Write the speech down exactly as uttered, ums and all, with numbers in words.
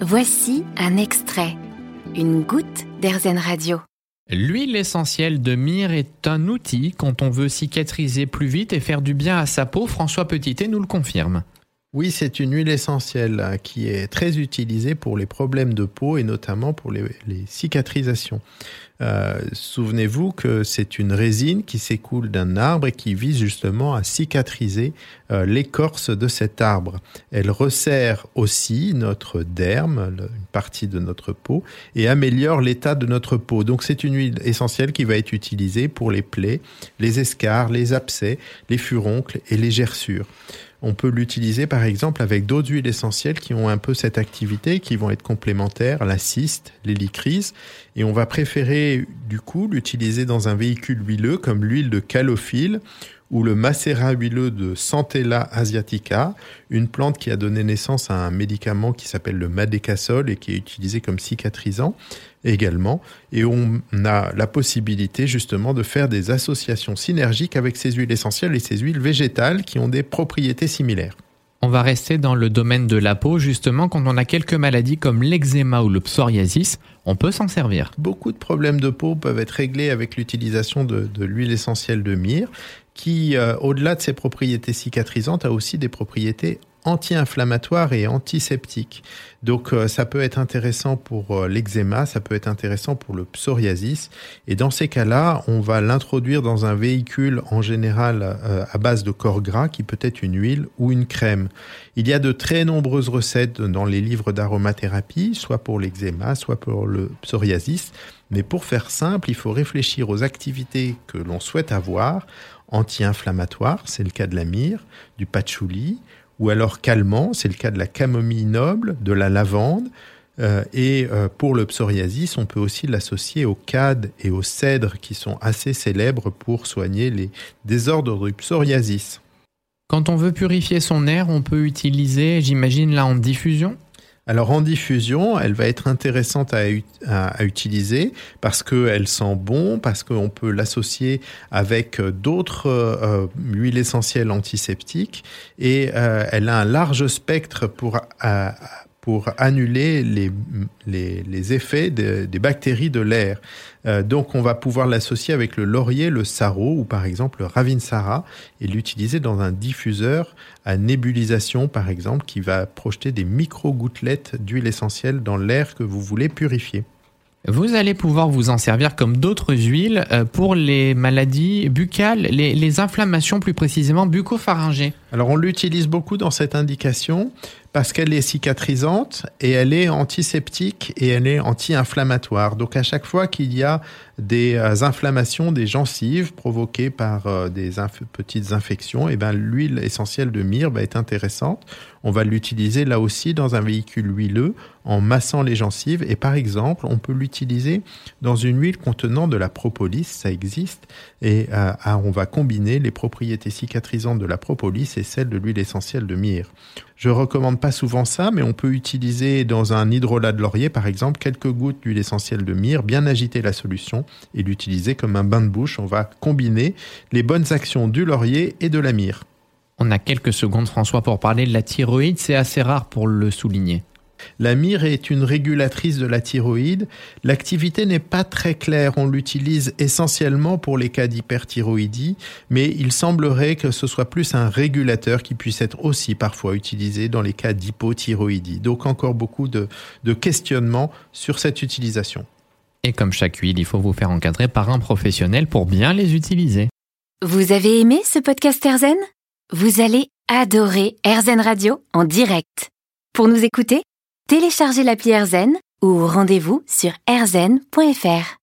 Voici un extrait, une goutte d'Airzen Radio. L'huile essentielle de myrrhe est un outil quand on veut cicatriser plus vite et faire du bien à sa peau. François Petitet nous le confirme. Oui, c'est une huile essentielle qui est très utilisée pour les problèmes de peau et notamment pour les, les cicatrisations. Euh, souvenez-vous que c'est une résine qui s'écoule d'un arbre et qui vise justement à cicatriser euh, l'écorce de cet arbre. Elle resserre aussi notre derme, une partie de notre peau, et améliore l'état de notre peau. Donc c'est une huile essentielle qui va être utilisée pour les plaies, les escarres, les abcès, les furoncles et les gerçures. On peut l'utiliser par exemple avec d'autres huiles essentielles qui ont un peu cette activité, qui vont être complémentaires, la cyste, l'hélicryse. Et on va préférer du coup l'utiliser dans un véhicule huileux comme l'huile de calophylle ou le macérat huileux de Centella asiatica, une plante qui a donné naissance à un médicament qui s'appelle le madécasol et qui est utilisé comme cicatrisant également. Et on a la possibilité justement de faire des associations synergiques avec ces huiles essentielles et ces huiles végétales qui ont des propriétés similaires. On va rester dans le domaine de la peau. Justement, quand on a quelques maladies comme l'eczéma ou le psoriasis, on peut s'en servir. Beaucoup de problèmes de peau peuvent être réglés avec l'utilisation de, de l'huile essentielle de myrrhe qui, euh, au-delà de ses propriétés cicatrisantes, a aussi des propriétés anti-inflammatoires et antiseptiques. Donc euh, ça peut être intéressant pour euh, l'eczéma, ça peut être intéressant pour le psoriasis. Et dans ces cas-là, on va l'introduire dans un véhicule en général euh, à base de corps gras qui peut être une huile ou une crème. Il y a de très nombreuses recettes dans les livres d'aromathérapie, soit pour l'eczéma, soit pour le psoriasis. Mais pour faire simple, il faut réfléchir aux activités que l'on souhaite avoir. Anti-inflammatoires, c'est le cas de la myrrhe, du patchouli, ou alors calmant, c'est le cas de la camomille noble, de la lavande. Euh, et euh, pour le psoriasis, on peut aussi l'associer au cad et au cèdre qui sont assez célèbres pour soigner les désordres du psoriasis. Quand on veut purifier son air, on peut utiliser, j'imagine, là en diffusion ? Alors en diffusion, elle va être intéressante à, à, à utiliser parce qu'elle sent bon, parce qu'on peut l'associer avec d'autres euh, huiles essentielles antiseptiques et euh, elle a un large spectre pour, euh, pour annuler les, les, les effets de, des bactéries de l'air. Euh, donc on va pouvoir l'associer avec le laurier, le sarro ou par exemple le ravinsara et l'utiliser dans un diffuseur à nébulisation par exemple qui va projeter des micro-gouttelettes d'huile essentielle dans l'air que vous voulez purifier. Vous allez pouvoir vous en servir comme d'autres huiles pour les maladies buccales, les, les inflammations plus précisément bucco-pharyngées. Alors on l'utilise beaucoup dans cette indication parce qu'elle est cicatrisante et elle est antiseptique et elle est anti-inflammatoire. Donc à chaque fois qu'il y a des inflammations des gencives provoquées par des inf- petites infections, et ben l'huile essentielle de myrrhe va être intéressante. On va l'utiliser là aussi dans un véhicule huileux en massant les gencives et par exemple on peut l'utiliser dans une huile contenant de la propolis, ça existe, et euh, on va combiner les propriétés cicatrisantes de la propolis et celles de l'huile essentielle de myrrhe. Je recommande pas souvent ça, mais on peut utiliser dans un hydrolat de laurier, par exemple, quelques gouttes d'huile essentielle de myrrhe, bien agiter la solution et l'utiliser comme un bain de bouche. On va combiner les bonnes actions du laurier et de la myrrhe. On a quelques secondes, François, pour parler de la thyroïde. C'est assez rare pour le souligner. La myrrhe est une régulatrice de la thyroïde. L'activité n'est pas très claire. On l'utilise essentiellement pour les cas d'hyperthyroïdie, mais il semblerait que ce soit plus un régulateur qui puisse être aussi parfois utilisé dans les cas d'hypothyroïdie. Donc encore beaucoup de, de questionnements sur cette utilisation. Et comme chaque huile, il faut vous faire encadrer par un professionnel pour bien les utiliser. Vous avez aimé ce podcast Airzen ? Vous allez adorer Airzen Radio en direct. Pour nous écouter, téléchargez l'appli Airzen ou rendez-vous sur airzen point f r.